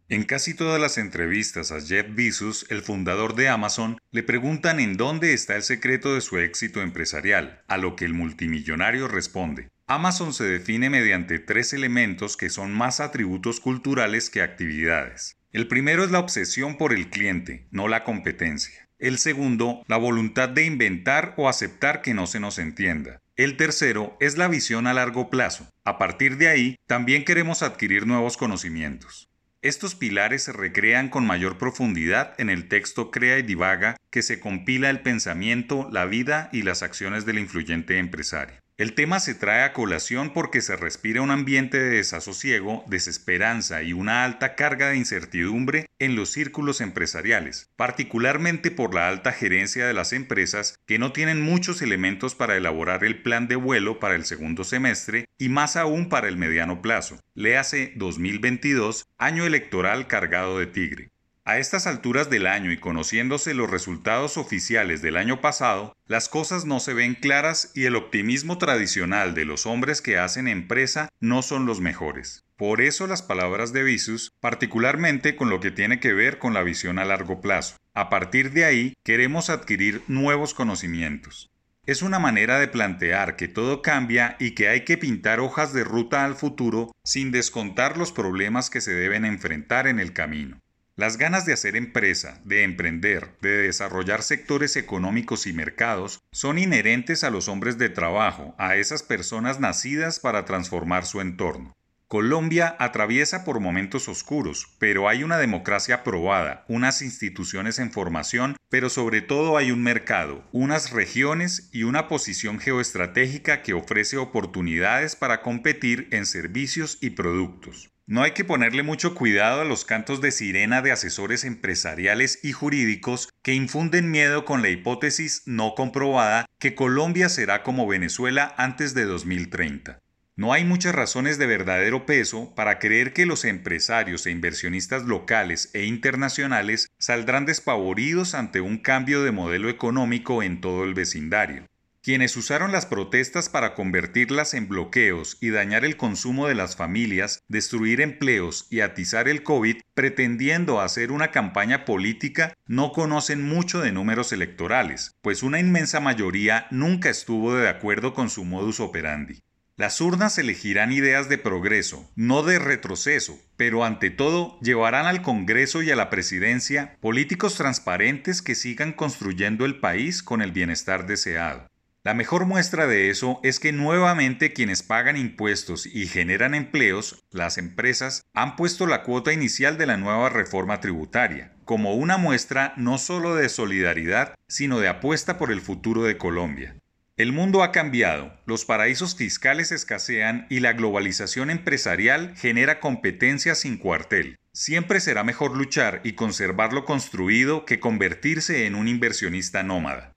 En casi todas las entrevistas a Jeff Bezos, el fundador de Amazon, le preguntan en dónde está el secreto de su éxito empresarial, a lo que el multimillonario responde: Amazon se define mediante tres elementos que son más atributos culturales que actividades. El primero es la obsesión por el cliente, no la competencia. El segundo, la voluntad de inventar o aceptar que no se nos entienda. El tercero es la visión a largo plazo. A partir de ahí, también queremos adquirir nuevos conocimientos. Estos pilares se recrean con mayor profundidad en el texto Crea y Divaga, que se compila el pensamiento, la vida y las acciones del influyente empresario. El tema se trae a colación porque se respira un ambiente de desasosiego, desesperanza y una alta carga de incertidumbre en los círculos empresariales, particularmente por la alta gerencia de las empresas que no tienen muchos elementos para elaborar el plan de vuelo para el segundo semestre y más aún para el mediano plazo. Léase 2022, año electoral cargado de tigre. A estas alturas del año y conociéndose los resultados oficiales del año pasado, las cosas no se ven claras y el optimismo tradicional de los hombres que hacen empresa no son los mejores. Por eso las palabras de Bezos, particularmente con lo que tiene que ver con la visión a largo plazo. A partir de ahí, queremos adquirir nuevos conocimientos. Es una manera de plantear que todo cambia y que hay que pintar hojas de ruta al futuro sin descontar los problemas que se deben enfrentar en el camino. Las ganas de hacer empresa, de emprender, de desarrollar sectores económicos y mercados son inherentes a los hombres de trabajo, a esas personas nacidas para transformar su entorno. Colombia atraviesa por momentos oscuros, pero hay una democracia probada, unas instituciones en formación, pero sobre todo hay un mercado, unas regiones y una posición geoestratégica que ofrece oportunidades para competir en servicios y productos. No hay que ponerle mucho cuidado a los cantos de sirena de asesores empresariales y jurídicos que infunden miedo con la hipótesis no comprobada que Colombia será como Venezuela antes de 2030. No hay muchas razones de verdadero peso para creer que los empresarios e inversionistas locales e internacionales saldrán despavoridos ante un cambio de modelo económico en todo el vecindario. Quienes usaron las protestas para convertirlas en bloqueos y dañar el consumo de las familias, destruir empleos y atizar el COVID, pretendiendo hacer una campaña política, no conocen mucho de números electorales, pues una inmensa mayoría nunca estuvo de acuerdo con su modus operandi. Las urnas elegirán ideas de progreso, no de retroceso, pero ante todo llevarán al Congreso y a la Presidencia políticos transparentes que sigan construyendo el país con el bienestar deseado. La mejor muestra de eso es que nuevamente quienes pagan impuestos y generan empleos, las empresas, han puesto la cuota inicial de la nueva reforma tributaria, como una muestra no solo de solidaridad, sino de apuesta por el futuro de Colombia. El mundo ha cambiado, los paraísos fiscales escasean y la globalización empresarial genera competencia sin cuartel. Siempre será mejor luchar y conservar lo construido que convertirse en un inversionista nómada.